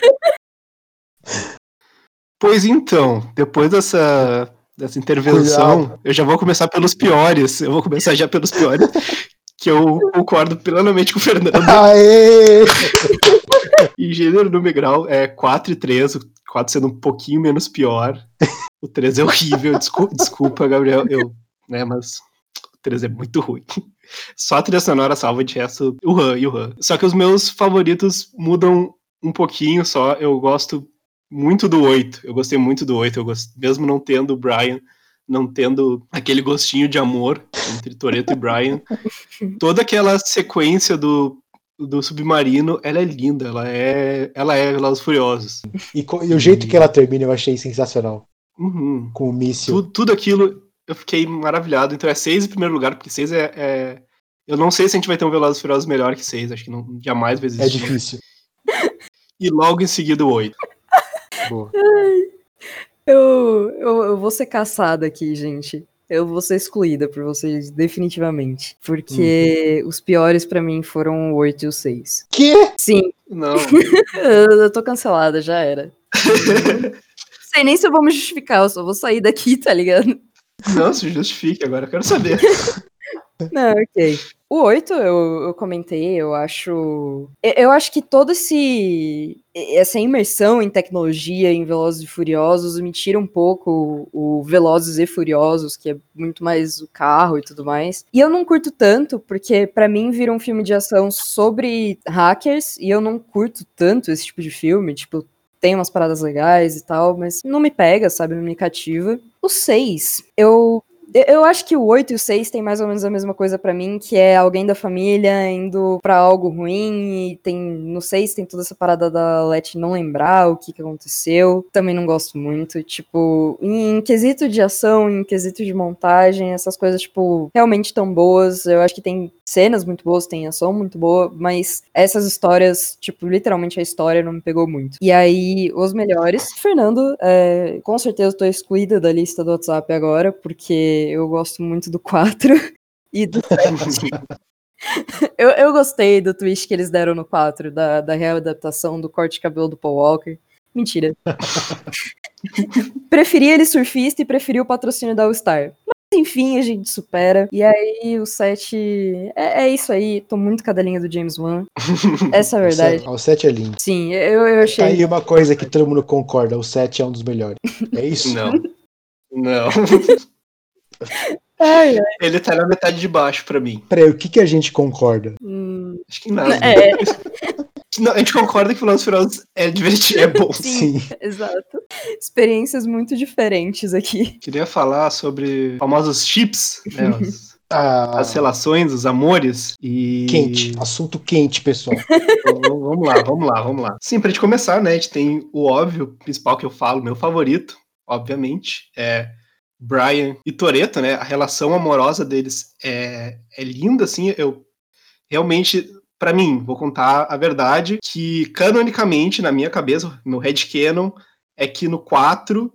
Pois então, depois dessa intervenção, Cuidado. eu já vou começar pelos piores. Eu vou começar já pelos piores, que eu concordo plenamente com o Fernando. Aê! Em gênero, número e grau, é 4 e 3, o 4 sendo um pouquinho menos pior. O 3 é horrível, desculpa, Gabriel, mas o 3 é muito ruim. Só a trilha sonora salva, de resto, o Han. Só que os meus favoritos mudam um pouquinho só, eu gosto muito do 8, eu gostei muito do 8, mesmo não tendo o Brian, não tendo aquele gostinho de amor entre Toretto e Brian, toda aquela sequência do submarino, ela é linda, ela é Velozes e Furiosos. E o jeito que ela termina eu achei sensacional. Uhum. Com o míssil. Tudo aquilo, eu fiquei maravilhado. Então é 6 em primeiro lugar, porque 6 eu não sei se a gente vai ter um Velozes e Furiosos melhor que 6, acho que jamais vai existir. É difícil. E logo em seguida o 8. Boa. Eu vou ser caçada aqui, gente. Eu vou ser excluída por vocês, definitivamente. Porque os piores pra mim foram o 8 e o 6. Que? Sim. Não. Eu tô cancelada, já era. Não sei nem se eu vou me justificar, eu só vou sair daqui, tá ligado? Não, se justifique, agora eu quero saber. Não, ok. O 8 eu comentei, eu acho que toda essa imersão em tecnologia, em Velozes e Furiosos, me tira um pouco o Velozes e Furiosos, que é muito mais o carro e tudo mais. E eu não curto tanto, porque pra mim vira um filme de ação sobre hackers, e eu não curto tanto esse tipo de filme, tipo, tem umas paradas legais e tal, mas não me pega, sabe, não me cativa. O 6, eu acho que o 8 e o 6 tem mais ou menos a mesma coisa pra mim, que é alguém da família indo pra algo ruim, e no 6 tem toda essa parada da Letty não lembrar o que aconteceu. Também não gosto muito, tipo, em quesito de ação, em quesito de montagem, essas coisas, tipo, realmente tão boas. Eu acho que tem cenas muito boas, tem ação muito boa, mas essas histórias, tipo, literalmente a história não me pegou muito. E aí, os melhores, Fernando, com certeza tô excluída da lista do WhatsApp agora, porque eu gosto muito do 4 e do 7. eu gostei do twist que eles deram no 4, da readaptação do corte de cabelo do Paul Walker. Mentira. Preferi ele surfista e preferi o patrocínio da All Star. Mas enfim, a gente supera. E aí, o 7 é isso aí. Tô muito cadelinha do James Wan. Essa é a verdade. O 7 é lindo. Sim, eu achei. Tá aí uma coisa que todo mundo concorda: o 7 é um dos melhores. É isso? Não. Ai. Ele tá na metade de baixo pra mim. Peraí, o que a gente concorda? Acho que nada. Não, a gente concorda que o Velozes e Furiosos é divertido, é bom. Sim, exato. Experiências muito diferentes aqui. Queria falar sobre famosos chips, né? As relações, os amores e... Quente, assunto quente, pessoal. Então, vamos lá. Sim, pra gente começar, né, a gente tem o óbvio principal que eu falo, meu favorito, obviamente, é Brian e Toretto, né, a relação amorosa deles é linda, assim, eu realmente, pra mim, vou contar a verdade, que canonicamente, na minha cabeça, meu headcanon, é que no 4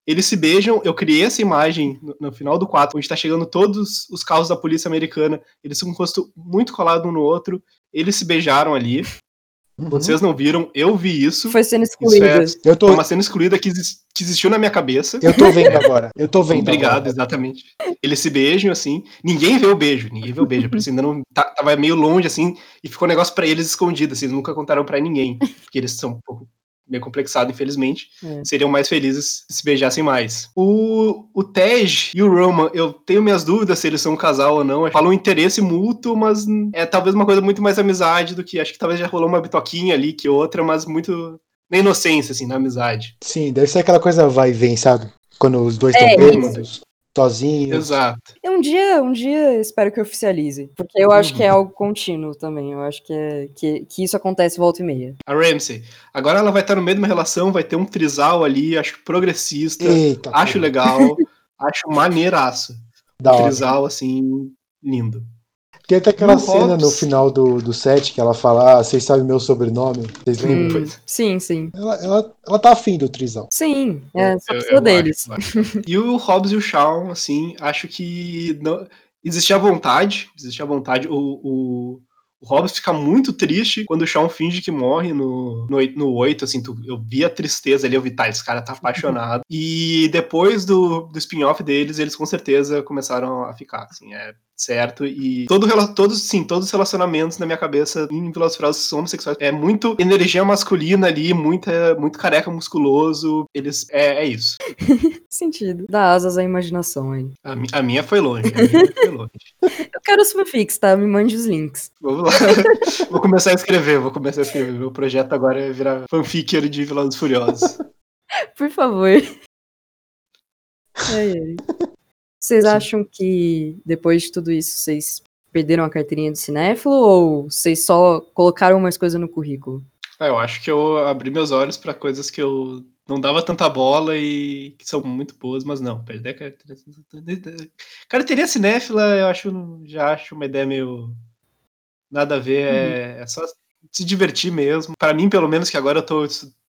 Eles se beijam, eu criei essa imagem no final do 4, onde tá chegando todos os carros da polícia americana, eles com o rosto muito colado um no outro, eles se beijaram ali. Vocês não viram, eu vi isso. Foi cena excluída. Foi uma cena excluída que existiu na minha cabeça. Eu tô vendo agora. Obrigado, agora. Exatamente. Eles se beijam, assim. Ninguém vê o beijo. Porque ainda não tava meio longe, assim, e ficou um negócio pra eles escondido, assim. Eles nunca contaram pra ninguém. Porque eles são um pouco meio complexados, infelizmente. Seriam mais felizes se beijassem mais. O Tej e o Roman, eu tenho minhas dúvidas se eles são um casal ou não. Falam um interesse mútuo, mas é talvez uma coisa muito mais amizade do que... Acho que talvez já rolou uma bitoquinha ali que outra, mas muito... na inocência, assim, na amizade. Sim, deve ser aquela coisa vai e vem, sabe? Quando os dois estão bêbados, sozinhos. Exato. Um dia espero que oficialize. Porque eu acho que é algo contínuo também. Eu acho que isso acontece volta e meia. A Ramsey. Agora ela vai estar no meio de uma relação, vai ter um trisal ali, acho progressista. Eita, acho porra. legal. Acho maneiraço. Da hora. Trisal, assim, lindo. Tem até aquela E o cena Hobbs? no final do set que ela fala, vocês sabem meu sobrenome? Vocês lembram? Sim. Ela tá afim do trisal. Sim, só precisa deles. Acho. E o Hobbs e o Shawn, assim, acho que não... existia vontade. O Hobbs fica muito triste quando o Shawn finge que morre no 8, assim, eu vi a tristeza ali, eu vi, tá, esse cara tá apaixonado. E depois do spin-off deles, eles com certeza começaram a ficar, assim, certo? E todos os relacionamentos na minha cabeça em Velozes e Furiosos são homossexuais. É muito energia masculina ali, muito careca musculoso. É isso. Sentido. Dá asas à imaginação aí. A minha foi longe. Eu quero os fanfics, tá? Me mande os links. Vamos lá. Vou começar a escrever. Meu projeto agora é virar fanficker de Velozes e Furiosos. Por favor. Vocês acham que depois de tudo isso vocês perderam a carteirinha de cinéfilo ou vocês só colocaram umas coisas no currículo? Eu acho que eu abri meus olhos pra coisas que eu não dava tanta bola e que são muito boas, mas não, perder a carteirinha. Carteirinha cinéfila eu já acho uma ideia meio nada a ver, é só se divertir mesmo. Pra mim, pelo menos, que agora eu tô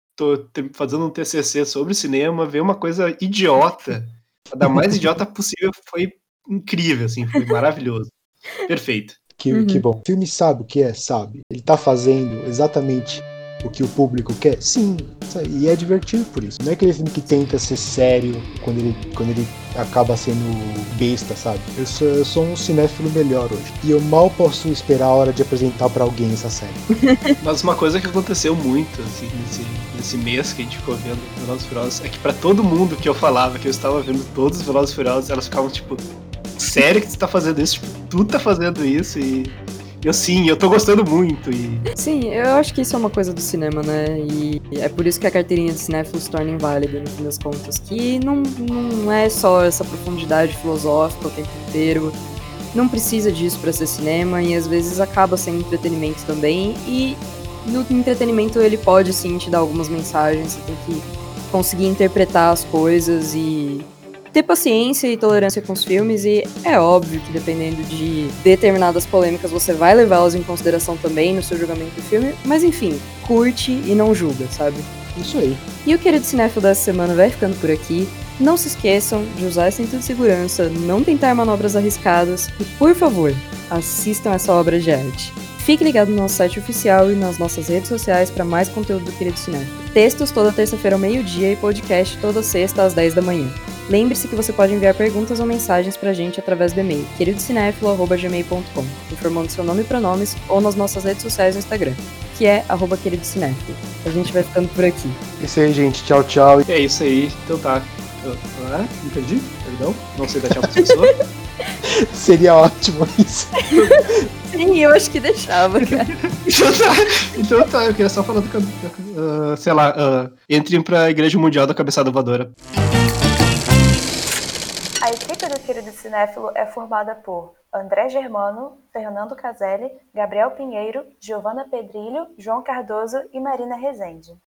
fazendo um TCC sobre cinema, ver uma coisa idiota, da mais idiota possível, foi incrível, assim, foi maravilhoso. Perfeito. Que bom. O filme sabe o que é? Sabe. Ele tá fazendo exatamente o que o público quer? Sim. E é divertido por isso. Não é aquele filme que tenta ser sério quando ele acaba sendo besta, sabe? Eu sou um cinéfilo melhor hoje. E eu mal posso esperar a hora de apresentar pra alguém essa série. Mas uma coisa que aconteceu muito, assim, nesse mês que a gente ficou vendo Velozes e Furiosos, é que pra todo mundo que eu falava que eu estava vendo todos os Velozes e Furiosos, elas ficavam tipo, sério que tu tá fazendo isso? Tipo, tu tá fazendo isso? E eu tô gostando muito. Sim, eu acho que isso é uma coisa do cinema, né? E é por isso que a carteirinha de cinéfilo se torna inválida, no fim das contas. Que não é só essa profundidade filosófica o tempo inteiro. Não precisa disso pra ser cinema e às vezes acaba sendo entretenimento também. E no entretenimento ele pode sim te dar algumas mensagens. Você tem que conseguir interpretar as coisas e ter paciência e tolerância com os filmes, e é óbvio que dependendo de determinadas polêmicas você vai levá-las em consideração também no seu julgamento do filme, mas enfim, curte e não julga, sabe? Isso aí. E o Querido Cinéfilo dessa semana vai ficando por aqui. Não se esqueçam de usar cinto de segurança, não tentar manobras arriscadas e, por favor, assistam essa obra de arte. Fique ligado no nosso site oficial e nas nossas redes sociais para mais conteúdo do Querido Cinéfilo. Textos toda terça-feira ao meio-dia e podcast toda sexta às 10 da manhã. Lembre-se que você pode enviar perguntas ou mensagens pra gente através do e-mail queridocinéfilo@gmail.com, informando seu nome e pronomes, ou nas nossas redes sociais no Instagram, que é @queridocinéfilo. A gente vai ficando por aqui. Isso aí, gente. Tchau, tchau. É isso aí. Então tá. Me perdi? Perdão? Não sei dar tchau pra pessoa. Seria ótimo isso. Sim, eu acho que deixava, cara. Então tá, eu queria só falar entrem pra Igreja Mundial da Cabeçada Voadora. A equipe do Querido Cinéfilo é formada por André Germano, Fernando Caselli, Gabriel Pinheiro, Giovana Pedrilho, João Cardoso e Marina Rezende.